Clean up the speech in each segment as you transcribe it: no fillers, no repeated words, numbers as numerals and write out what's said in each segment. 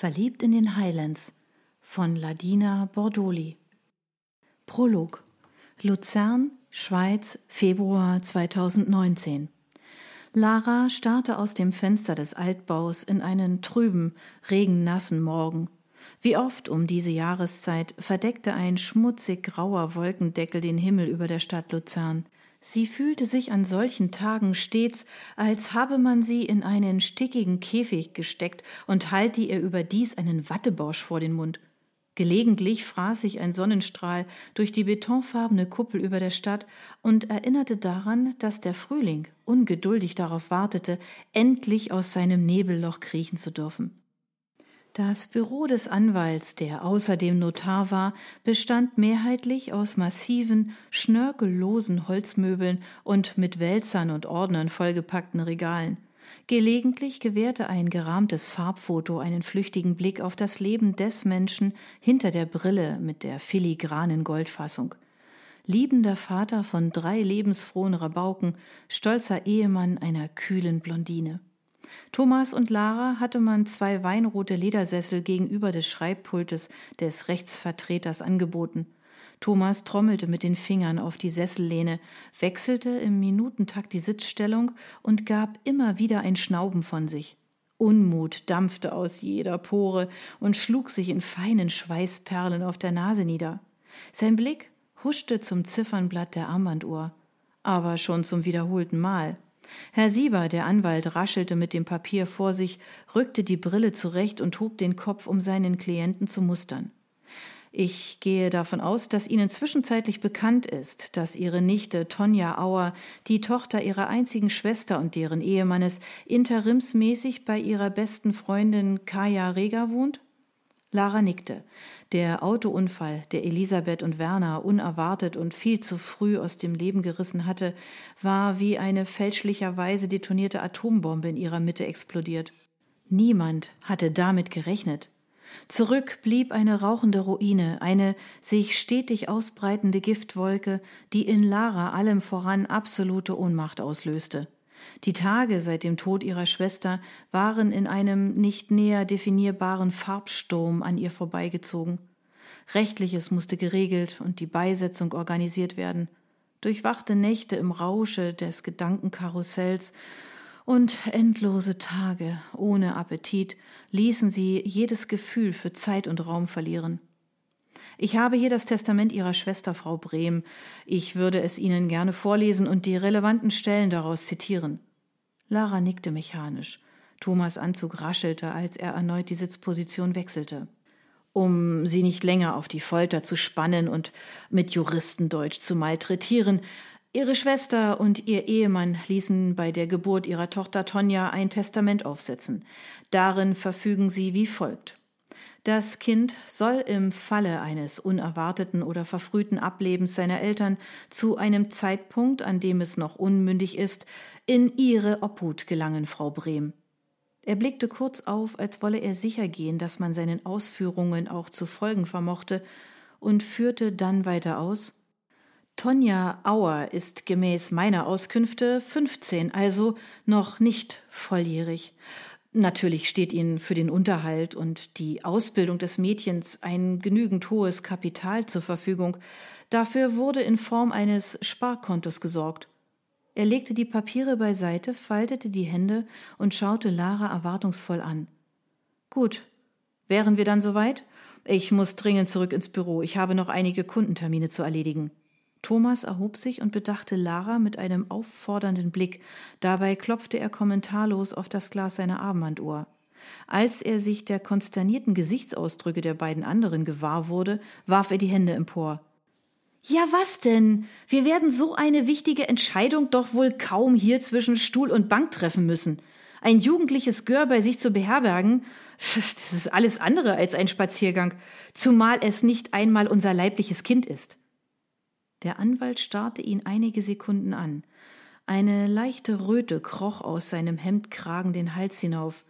Verliebt in den Highlands von Ladina Bordoli. Prolog. Luzern, Schweiz, Februar 2019. Lara starrte aus dem Fenster des Altbaus in einen trüben, regennassen Morgen. Wie oft um diese Jahreszeit verdeckte ein schmutzig grauer Wolkendeckel den Himmel über der Stadt Luzern. Sie fühlte sich an solchen Tagen stets, als habe man sie in einen stickigen Käfig gesteckt und halte ihr überdies einen Wattebausch vor den Mund. Gelegentlich fraß sich ein Sonnenstrahl durch die betonfarbene Kuppel über der Stadt und erinnerte daran, dass der Frühling ungeduldig darauf wartete, endlich aus seinem Nebelloch kriechen zu dürfen. Das Büro des Anwalts, der außerdem Notar war, bestand mehrheitlich aus massiven, schnörkellosen Holzmöbeln und mit Wälzern und Ordnern vollgepackten Regalen. Gelegentlich gewährte ein gerahmtes Farbfoto einen flüchtigen Blick auf das Leben des Menschen hinter der Brille mit der filigranen Goldfassung. Liebender Vater von 3 lebensfrohen Rabauken, stolzer Ehemann einer kühlen Blondine. Thomas und Lara hatte man 2 weinrote Ledersessel gegenüber des Schreibpultes des Rechtsvertreters angeboten. Thomas trommelte mit den Fingern auf die Sessellehne, wechselte im Minutentakt die Sitzstellung und gab immer wieder ein Schnauben von sich. Unmut dampfte aus jeder Pore und schlug sich in feinen Schweißperlen auf der Nase nieder. Sein Blick huschte zum Ziffernblatt der Armbanduhr, aber schon zum wiederholten Mal. Herr Sieber, der Anwalt, raschelte mit dem Papier vor sich, rückte die Brille zurecht und hob den Kopf, um seinen Klienten zu mustern. Ich gehe davon aus, dass Ihnen zwischenzeitlich bekannt ist, dass Ihre Nichte Tonja Auer, die Tochter Ihrer einzigen Schwester und deren Ehemannes, interimsmäßig bei ihrer besten Freundin Kaja Reger wohnt? Lara nickte. Der Autounfall, der Elisabeth und Werner unerwartet und viel zu früh aus dem Leben gerissen hatte, war wie eine fälschlicherweise detonierte Atombombe in ihrer Mitte explodiert. Niemand hatte damit gerechnet. Zurück blieb eine rauchende Ruine, eine sich stetig ausbreitende Giftwolke, die in Lara allem voran absolute Ohnmacht auslöste. Die Tage seit dem Tod ihrer Schwester waren in einem nicht näher definierbaren Farbsturm an ihr vorbeigezogen. Rechtliches musste geregelt und die Beisetzung organisiert werden. Durchwachte Nächte im Rausche des Gedankenkarussells und endlose Tage ohne Appetit ließen sie jedes Gefühl für Zeit und Raum verlieren. Ich habe hier das Testament Ihrer Schwester, Frau Brehm. Ich würde es Ihnen gerne vorlesen und die relevanten Stellen daraus zitieren. Lara nickte mechanisch. Thomas' Anzug raschelte, als er erneut die Sitzposition wechselte. Um Sie nicht länger auf die Folter zu spannen und mit Juristendeutsch zu malträtieren, Ihre Schwester und Ihr Ehemann ließen bei der Geburt ihrer Tochter Tonja ein Testament aufsetzen. Darin verfügen sie wie folgt: Das Kind soll im Falle eines unerwarteten oder verfrühten Ablebens seiner Eltern zu einem Zeitpunkt, an dem es noch unmündig ist, in Ihre Obhut gelangen, Frau Brehm. Er blickte kurz auf, als wolle er sicher gehen, dass man seinen Ausführungen auch zu folgen vermochte, und führte dann weiter aus: Tonja Auer ist gemäß meiner Auskünfte 15, also noch nicht volljährig. Natürlich steht Ihnen für den Unterhalt und die Ausbildung des Mädchens ein genügend hohes Kapital zur Verfügung. Dafür wurde in Form eines Sparkontos gesorgt. Er legte die Papiere beiseite, faltete die Hände und schaute Lara erwartungsvoll an. Gut, wären wir dann soweit? Ich muss dringend zurück ins Büro. Ich habe noch einige Kundentermine zu erledigen. Thomas erhob sich und bedachte Lara mit einem auffordernden Blick. Dabei klopfte er kommentarlos auf das Glas seiner Armbanduhr. Als er sich der konsternierten Gesichtsausdrücke der beiden anderen gewahr wurde, warf er die Hände empor. »Ja, was denn? Wir werden so eine wichtige Entscheidung doch wohl kaum hier zwischen Stuhl und Bank treffen müssen. Ein jugendliches Gör bei sich zu beherbergen, das ist alles andere als ein Spaziergang, zumal es nicht einmal unser leibliches Kind ist.« Der Anwalt starrte ihn einige Sekunden an. Eine leichte Röte kroch aus seinem Hemdkragen den Hals hinauf.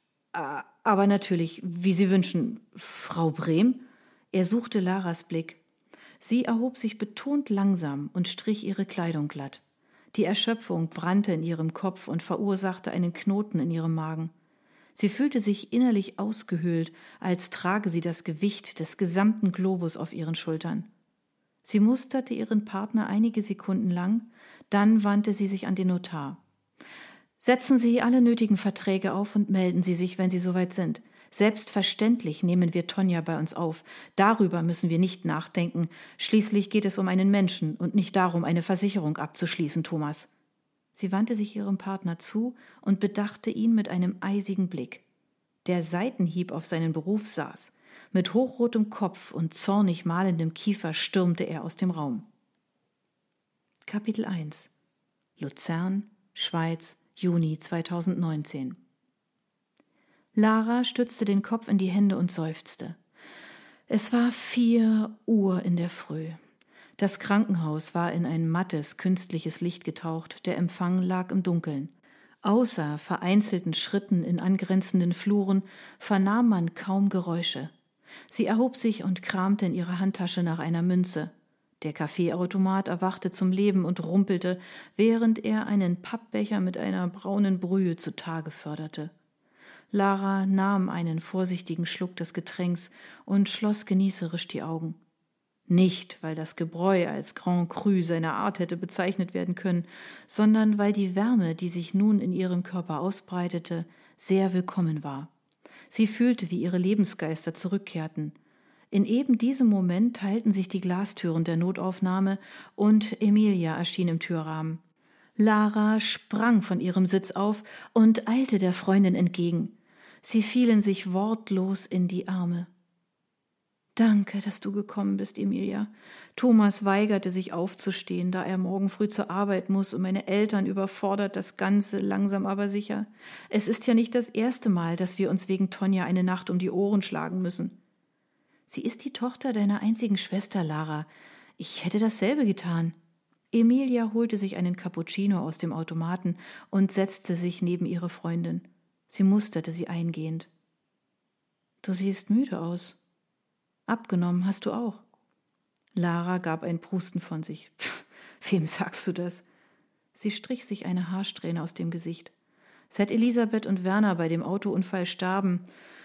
»Aber natürlich, wie Sie wünschen, Frau Brehm?« Er suchte Laras Blick. Sie erhob sich betont langsam und strich ihre Kleidung glatt. Die Erschöpfung brannte in ihrem Kopf und verursachte einen Knoten in ihrem Magen. Sie fühlte sich innerlich ausgehöhlt, als trage sie das Gewicht des gesamten Globus auf ihren Schultern. Sie musterte ihren Partner einige Sekunden lang, dann wandte sie sich an den Notar. »Setzen Sie alle nötigen Verträge auf und melden Sie sich, wenn Sie soweit sind. Selbstverständlich nehmen wir Tonja bei uns auf. Darüber müssen wir nicht nachdenken. Schließlich geht es um einen Menschen und nicht darum, eine Versicherung abzuschließen, Thomas.« Sie wandte sich ihrem Partner zu und bedachte ihn mit einem eisigen Blick. Der Seitenhieb auf seinen Beruf saß. Mit hochrotem Kopf und zornig mahlendem Kiefer stürmte er aus dem Raum. Kapitel 1 Luzern, Schweiz, Juni 2019. Lara stützte den Kopf in die Hände und seufzte. Es war 4 Uhr in der Früh. Das Krankenhaus war in ein mattes, künstliches Licht getaucht, der Empfang lag im Dunkeln. Außer vereinzelten Schritten in angrenzenden Fluren vernahm man kaum Geräusche. Sie erhob sich und kramte in ihrer Handtasche nach einer Münze. Der Kaffeeautomat erwachte zum Leben und rumpelte, während er einen Pappbecher mit einer braunen Brühe zutage förderte. Lara nahm einen vorsichtigen Schluck des Getränks und schloss genießerisch die Augen. Nicht, weil das Gebräu als Grand Cru seiner Art hätte bezeichnet werden können, sondern weil die Wärme, die sich nun in ihrem Körper ausbreitete, sehr willkommen war. Sie fühlte, wie ihre Lebensgeister zurückkehrten. In eben diesem Moment teilten sich die Glastüren der Notaufnahme und Emilia erschien im Türrahmen. Lara sprang von ihrem Sitz auf und eilte der Freundin entgegen. Sie fielen sich wortlos in die Arme. »Danke, dass du gekommen bist, Emilia. Thomas weigerte sich aufzustehen, da er morgen früh zur Arbeit muss, und meine Eltern überfordert das Ganze, langsam aber sicher. Es ist ja nicht das erste Mal, dass wir uns wegen Tonja eine Nacht um die Ohren schlagen müssen.« »Sie ist die Tochter deiner einzigen Schwester, Lara. Ich hätte dasselbe getan.« Emilia holte sich einen Cappuccino aus dem Automaten und setzte sich neben ihre Freundin. Sie musterte sie eingehend. »Du siehst müde aus. Abgenommen hast du auch.« Lara gab ein Prusten von sich. »Wem sagst du das?« Sie strich sich eine Haarsträhne aus dem Gesicht. »Seit Elisabeth und Werner bei dem Autounfall starben,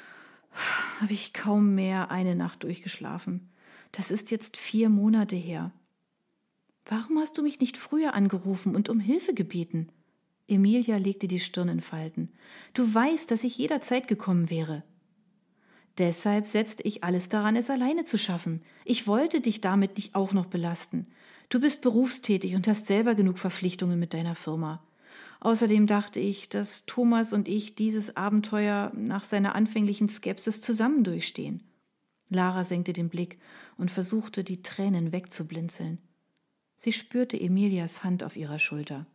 habe ich kaum mehr eine Nacht durchgeschlafen. Das ist jetzt 4 Monate her.« »Warum hast du mich nicht früher angerufen und um Hilfe gebeten?« Emilia legte die Stirn in Falten. »Du weißt, dass ich jederzeit gekommen wäre.« »Deshalb setzte ich alles daran, es alleine zu schaffen. Ich wollte dich damit nicht auch noch belasten. Du bist berufstätig und hast selber genug Verpflichtungen mit deiner Firma. Außerdem dachte ich, dass Thomas und ich dieses Abenteuer nach seiner anfänglichen Skepsis zusammen durchstehen.« Lara senkte den Blick und versuchte, die Tränen wegzublinzeln. Sie spürte Emilias Hand auf ihrer Schulter.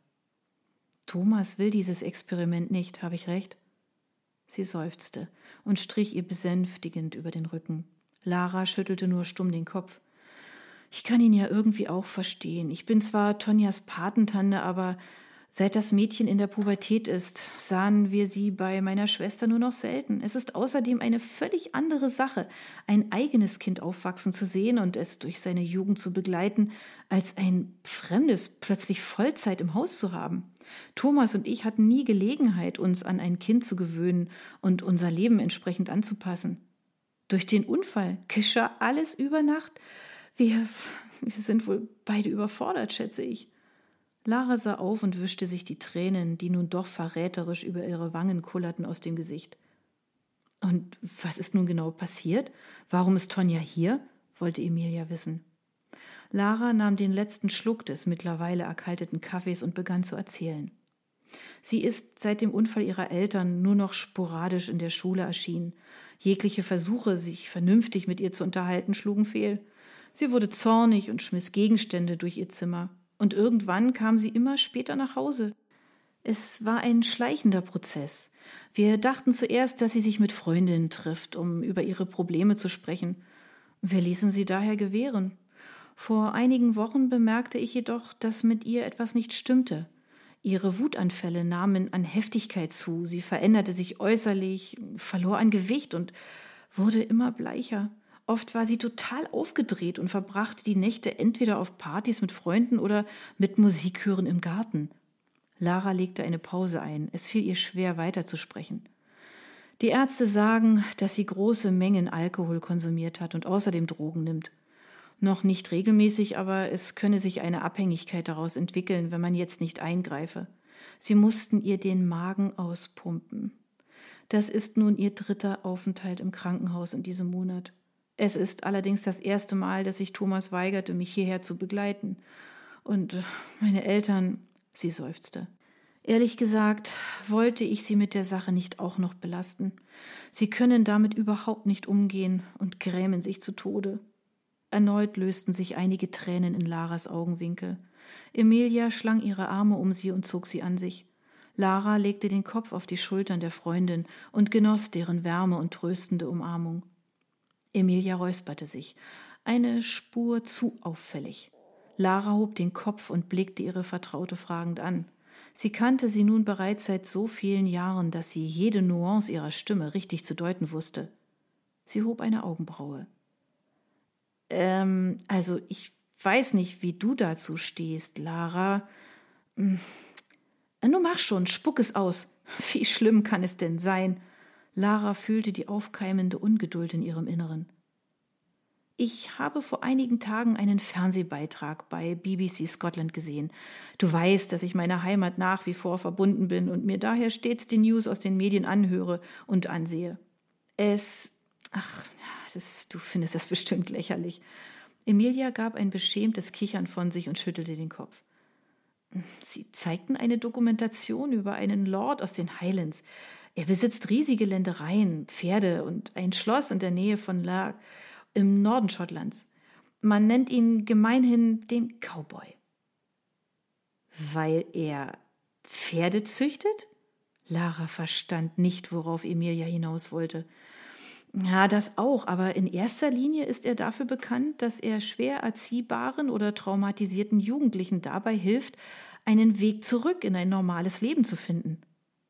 »Thomas will dieses Experiment nicht, habe ich recht?« Sie seufzte und strich ihr besänftigend über den Rücken. Lara schüttelte nur stumm den Kopf. »Ich kann ihn ja irgendwie auch verstehen. Ich bin zwar Tonjas Patentante, aber seit das Mädchen in der Pubertät ist, sahen wir sie bei meiner Schwester nur noch selten. Es ist außerdem eine völlig andere Sache, ein eigenes Kind aufwachsen zu sehen und es durch seine Jugend zu begleiten, als ein fremdes plötzlich Vollzeit im Haus zu haben. Thomas und ich hatten nie Gelegenheit, uns an ein Kind zu gewöhnen und unser Leben entsprechend anzupassen. Durch den Unfall geschah alles über Nacht. Wir sind wohl beide überfordert, schätze ich.« Lara sah auf und wischte sich die Tränen, die nun doch verräterisch über ihre Wangen kullerten, aus dem Gesicht. »Und was ist nun genau passiert? Warum ist Tonja hier?« wollte Emilia wissen. Lara nahm den letzten Schluck des mittlerweile erkalteten Kaffees und begann zu erzählen. Sie ist seit dem Unfall ihrer Eltern nur noch sporadisch in der Schule erschienen. Jegliche Versuche, sich vernünftig mit ihr zu unterhalten, schlugen fehl. Sie wurde zornig und schmiss Gegenstände durch ihr Zimmer. Und irgendwann kam sie immer später nach Hause. Es war ein schleichender Prozess. Wir dachten zuerst, dass sie sich mit Freundinnen trifft, um über ihre Probleme zu sprechen. Wir ließen sie daher gewähren. Vor einigen Wochen bemerkte ich jedoch, dass mit ihr etwas nicht stimmte. Ihre Wutanfälle nahmen an Heftigkeit zu, sie veränderte sich äußerlich, verlor an Gewicht und wurde immer bleicher. Oft war sie total aufgedreht und verbrachte die Nächte entweder auf Partys mit Freunden oder mit Musikhören im Garten. Lara legte eine Pause ein. Es fiel ihr schwer, weiterzusprechen. Die Ärzte sagen, dass sie große Mengen Alkohol konsumiert hat und außerdem Drogen nimmt. Noch nicht regelmäßig, aber es könne sich eine Abhängigkeit daraus entwickeln, wenn man jetzt nicht eingreife. Sie mussten ihr den Magen auspumpen. Das ist nun ihr 3. Aufenthalt im Krankenhaus in diesem Monat. Es ist allerdings das erste Mal, dass sich Thomas weigerte, mich hierher zu begleiten. Und meine Eltern, sie seufzte. Ehrlich gesagt, wollte ich sie mit der Sache nicht auch noch belasten. Sie können damit überhaupt nicht umgehen und grämen sich zu Tode. Erneut lösten sich einige Tränen in Laras Augenwinkel. Emilia schlang ihre Arme um sie und zog sie an sich. Lara legte den Kopf auf die Schultern der Freundin und genoss deren Wärme und tröstende Umarmung. Emilia räusperte sich, eine Spur zu auffällig. Lara hob den Kopf und blickte ihre Vertraute fragend an. Sie kannte sie nun bereits seit so vielen Jahren, dass sie jede Nuance ihrer Stimme richtig zu deuten wusste. Sie hob eine Augenbraue. Also ich weiß nicht, wie du dazu stehst, Lara. Nun mach schon, spuck es aus. Wie schlimm kann es denn sein? Lara fühlte die aufkeimende Ungeduld in ihrem Inneren. Ich habe vor einigen Tagen einen Fernsehbeitrag bei BBC Scotland gesehen. Du weißt, dass ich meiner Heimat nach wie vor verbunden bin und mir daher stets die News aus den Medien anhöre und ansehe. Du findest das bestimmt lächerlich. Emilia gab ein beschämtes Kichern von sich und schüttelte den Kopf. Sie zeigten eine Dokumentation über einen Lord aus den Highlands. Er besitzt riesige Ländereien, Pferde und ein Schloss in der Nähe von Larg im Norden Schottlands. Man nennt ihn gemeinhin den Cowboy. Weil er Pferde züchtet? Lara verstand nicht, worauf Emilia hinaus wollte. Ja, das auch, aber in erster Linie ist er dafür bekannt, dass er schwer erziehbaren oder traumatisierten Jugendlichen dabei hilft, einen Weg zurück in ein normales Leben zu finden.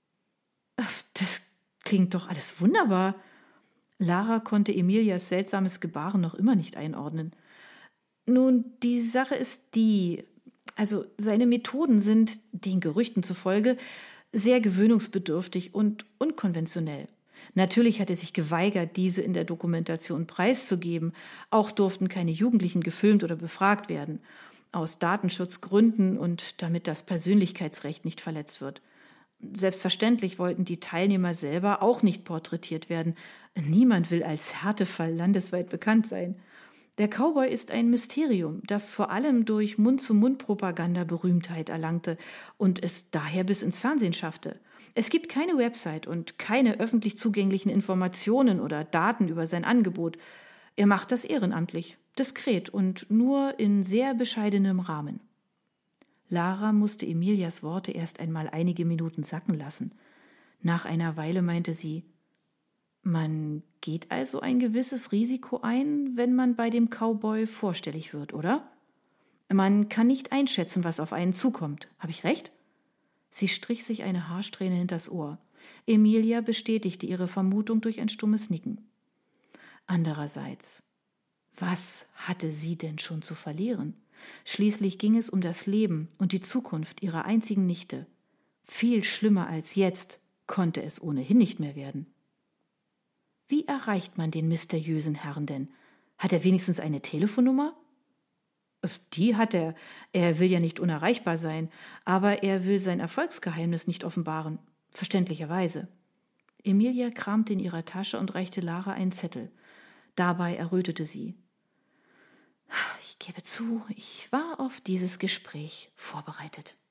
Das klingt doch alles wunderbar. Lara konnte Emilias seltsames Gebaren noch immer nicht einordnen. Nun, die Sache ist seine Methoden sind, den Gerüchten zufolge, sehr gewöhnungsbedürftig und unkonventionell. Natürlich hat er sich geweigert, diese in der Dokumentation preiszugeben. Auch durften keine Jugendlichen gefilmt oder befragt werden. Aus Datenschutzgründen und damit das Persönlichkeitsrecht nicht verletzt wird. Selbstverständlich wollten die Teilnehmer selber auch nicht porträtiert werden. Niemand will als Härtefall landesweit bekannt sein. Der Cowboy ist ein Mysterium, das vor allem durch Mund-zu-Mund-Propaganda Berühmtheit erlangte und es daher bis ins Fernsehen schaffte. Es gibt keine Website und keine öffentlich zugänglichen Informationen oder Daten über sein Angebot. Er macht das ehrenamtlich, diskret und nur in sehr bescheidenem Rahmen. Lara musste Emilias Worte erst einmal einige Minuten sacken lassen. Nach einer Weile meinte sie, man geht also ein gewisses Risiko ein, wenn man bei dem Cowboy vorstellig wird, oder? Man kann nicht einschätzen, was auf einen zukommt. Habe ich recht? Sie strich sich eine Haarsträhne hinters Ohr. Emilia bestätigte ihre Vermutung durch ein stummes Nicken. Andererseits, was hatte sie denn schon zu verlieren? Schließlich ging es um das Leben und die Zukunft ihrer einzigen Nichte. Viel schlimmer als jetzt konnte es ohnehin nicht mehr werden. Wie erreicht man den mysteriösen Herrn denn? Hat er wenigstens eine Telefonnummer? Die hat er. Er will ja nicht unerreichbar sein, aber er will sein Erfolgsgeheimnis nicht offenbaren. Verständlicherweise. Emilia kramte in ihrer Tasche und reichte Lara einen Zettel. Dabei errötete sie. Ich gebe zu, ich war auf dieses Gespräch vorbereitet.